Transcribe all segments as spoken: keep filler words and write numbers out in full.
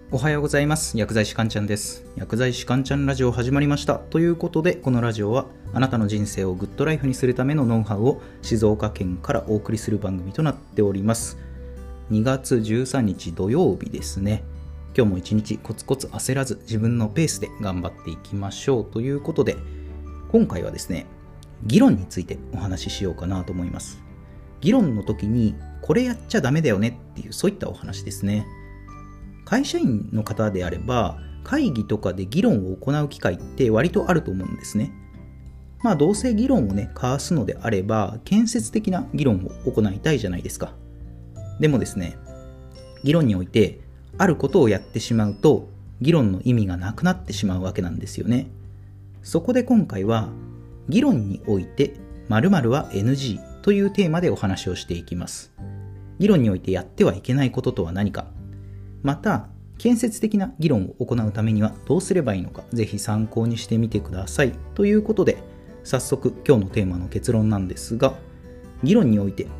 おはようございます。薬剤師かんちゃんです。薬剤師かんちゃんラジオ始まりました。ということで、このラジオはあなたの人生をグッドライフにするためのノウハウを静岡県からお送りする番組となっております。にがつじゅうさんにち土曜日ですね。今日も一日コツコツ焦らず自分のペースで頑張っていきましょうということで、今回はですね、議論についてお話ししようかなと思います。議論の時にこれやっちゃダメだよねっていうそういったお話ですね。会社員の方であれば会議とかで議論を行う機会って割とあると思うんですね。まあどうせ議論をね交わすのであれば建設的な議論を行いたいじゃないですか。でもですね、議論においてあることをやってしまうと議論の意味がなくなってしまうわけなんですよね。そこで今回は議論において〇〇は エヌジー というテーマでお話をしていきます。議論においてやってはいけないこととは何か、また建設的な議論を行うためにはどうすればいいのか、ぜひ参考にしてみてくださいということで、早速今日のテーマの結論なんですが、議論において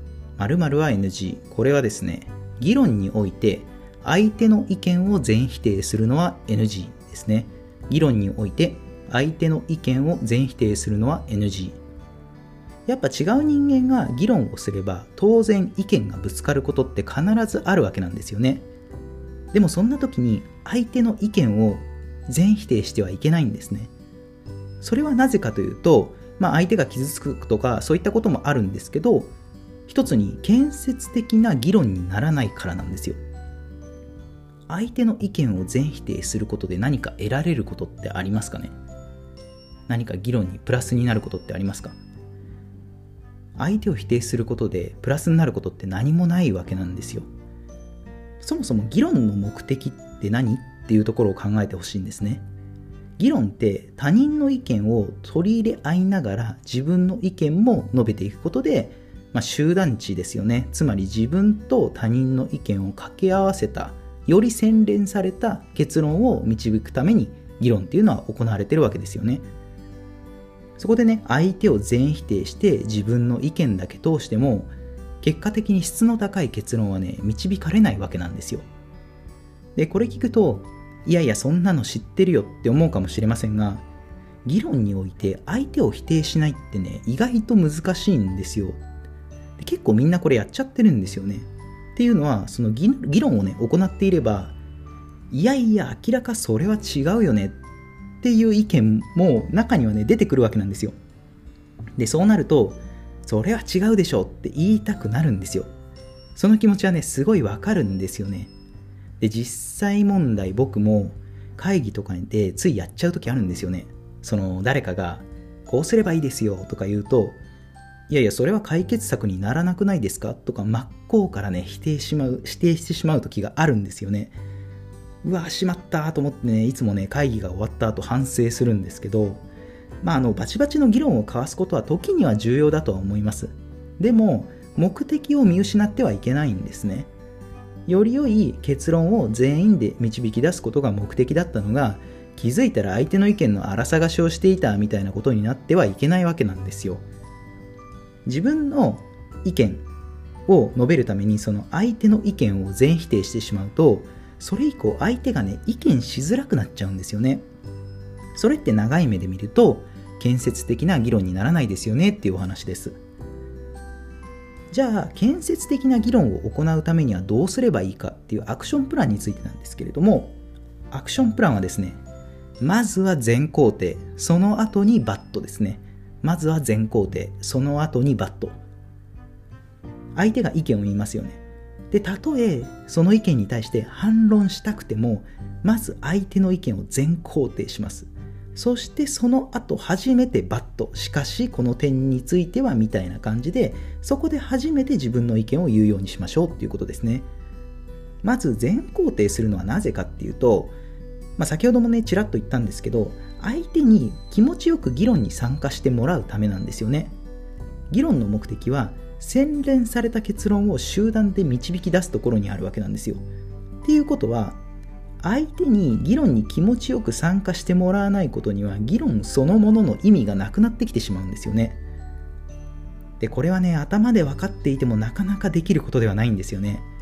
〇〇は エヌジー、 これはですね、議論において相手の意見を全否定するのは エヌジー ですね。議論において相手の意見を全否定するのは エヌジー。 やっぱ違う人間が議論をすれば当然意見がぶつかることって必ずあるわけなんですよね。でもそんな時に相手の意見を全否定してはいけないんですね。それはなぜかというと、まあ、相手が傷つくとかそういったこともあるんですけど、一つに建設的な議論にならないからなんですよ。相手の意見を全否定することで何か得られることってありますかね。何か議論にプラスになることってありますか。相手を否定することでプラスになることって何もないわけなんですよ。そもそも議論の目的って何っていうところを考えてほしいんですね。議論って他人の意見を取り入れ合いながら自分の意見も述べていくことで、まあ、集団値ですよね。つまり自分と他人の意見を掛け合わせた、より洗練された結論を導くために議論っていうのは行われているわけですよね。そこでね、相手を全否定して自分の意見だけ通しても結果的に質の高い結論はね、導かれないわけなんですよ。で、これ聞くと、いやいやそんなの知ってるよって思うかもしれませんが、議論において相手を否定しないってね、意外と難しいんですよ。で、結構みんなこれやっちゃってるんですよね。っていうのは、その 議, 議論をね、行っていれば、いやいや明らかそれは違うよねっていう意見も中にはね、出てくるわけなんですよ。で、そうなると、それは違うでしょって言いたくなるんですよ。その気持ちはね、すごいわかるんですよね。で、実際問題僕も会議とかでついやっちゃう時あるんですよね。その誰かがこうすればいいですよとか言うと、いやいやそれは解決策にならなくないですかとか真っ向からね否定しまう否定してしまう時があるんですよね。うわしまったと思ってね、いつもね会議が終わった後反省するんですけど、まあ、あのバチバチの議論を交わすことは時には重要だとは思います。でも目的を見失ってはいけないんですね。より良い結論を全員で導き出すことが目的だったのが、気づいたら相手の意見の荒探しをしていたみたいなことになってはいけないわけなんですよ。自分の意見を述べるためにその相手の意見を全否定してしまうと、それ以降相手がね意見しづらくなっちゃうんですよね。それって長い目で見ると建設的な議論にならないですよねっていうお話です。じゃあ建設的な議論を行うためにはどうすればいいかっていうアクションプランについてなんですけれども、アクションプランはですね、まずは全肯定、その後にバットですね。まずは全肯定、その後にバット。相手が意見を言いますよね。で、たとえその意見に対して反論したくても、まず相手の意見を全肯定します。そしてその後初めてバット、しかしこの点についてはみたいな感じで、そこで初めて自分の意見を言うようにしましょうっていうことですね。まず全肯定するのはなぜかっていうと、まあ、先ほどもねちらっと言ったんですけど、相手に気持ちよく議論に参加してもらうためなんですよね。議論の目的は洗練された結論を集団で導き出すところにあるわけなんですよ。っていうことは、相手に議論に気持ちよく参加してもらわないことには議論そのものの意味がなくなってきてしまうんですよね。で、これはね頭で分かっていてもなかなかできることではないんですよね。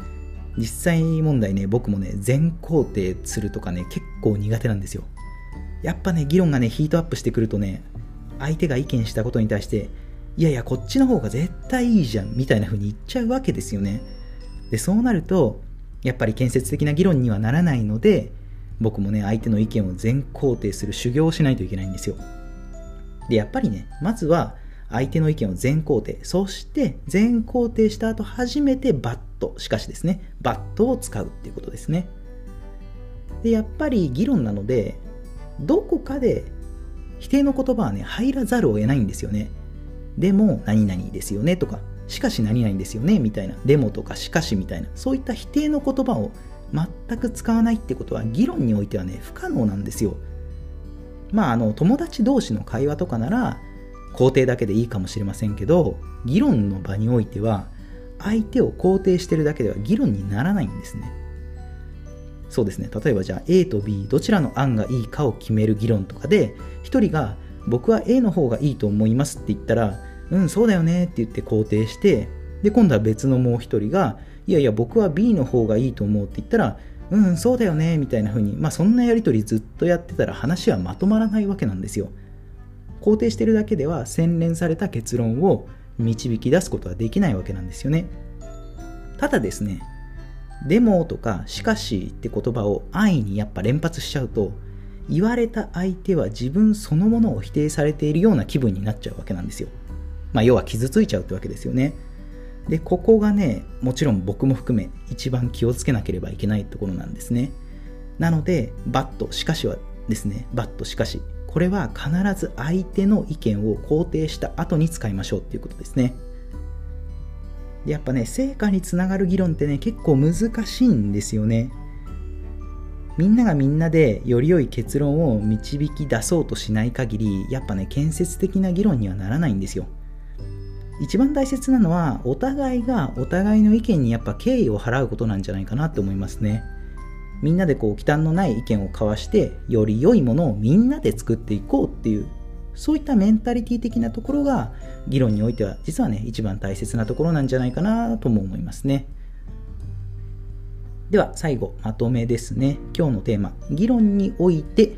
実際問題ね、僕もね、全肯定するとかね、結構苦手なんですよ。やっぱね、議論がね、ヒートアップしてくるとね、相手が意見したことに対して、いやいや、こっちの方が絶対いいじゃん、みたいな風に言っちゃうわけですよね。で、そうなると、やっぱり建設的な議論にはならないので、僕もね、相手の意見を全肯定する修行をしないといけないんですよ。で、やっぱりね、まずは相手の意見を全肯定、そして全肯定した後初めてバット、しかしですね、バットを使うっていうことですね。で、やっぱり議論なので、どこかで否定の言葉はね、入らざるを得ないんですよね。でも、何々ですよねとか、しかし何々ですよねみたいな、でもとかしかしみたいな、そういった否定の言葉を全く使わないってことは、議論においてはね、不可能なんですよ。まあ、あの、友達同士の会話とかなら、肯定だけでいいかもしれませんけど、議論の場においては、相手を肯定してるだけでは議論にならないんですね。そうですね。例えばじゃあ A と B どちらの案がいいかを決める議論とかで、一人が僕は A の方がいいと思いますって言ったら、うんそうだよねって言って肯定して、で今度は別のもう一人がいやいや僕は B の方がいいと思うって言ったら、うんそうだよねみたいな風に、まあそんなやり取りずっとやってたら話はまとまらないわけなんですよ。肯定してるだけでは洗練された結論を導き出すことはできないわけなんですよね。ただですね、でもとかしかしって言葉を安易にやっぱ連発しちゃうと、言われた相手は自分そのものを否定されているような気分になっちゃうわけなんですよ。まあ要は傷ついちゃうってわけですよね。で、ここがね、もちろん僕も含め一番気をつけなければいけないところなんですね。なので、バットしかしはですね、バットしかし、これは必ず相手の意見を肯定した後に使いましょうっていうことですね。でやっぱね、成果につながる議論ってね、結構難しいんですよね。みんながみんなでより良い結論を導き出そうとしない限り、やっぱね、建設的な議論にはならないんですよ。一番大切なのは、お互いがお互いの意見にやっぱ敬意を払うことなんじゃないかなって思いますね。みんなでこう忌憚のない意見を交わして、より良いものをみんなで作っていこうっていう、そういったメンタリティ的なところが議論においては実はね、一番大切なところなんじゃないかなとも思いますね。では最後、まとめですね。今日のテーマ、議論において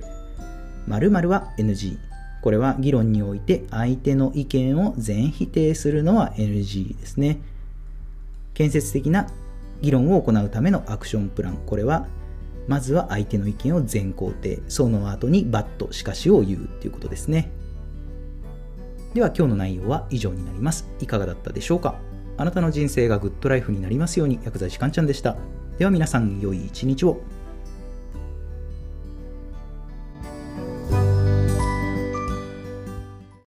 〇〇は エヌジー。これは議論において相手の意見を全否定するのは エヌジー ですね。建設的な議論を行うためのアクションプラン。これはまずは相手の意見を全肯定、その後にバットしかしを言うということですね。では今日の内容は以上になります。いかがだったでしょうか。あなたの人生がグッドライフになりますように。薬剤師かんちゃんでした。では皆さん、良い一日を。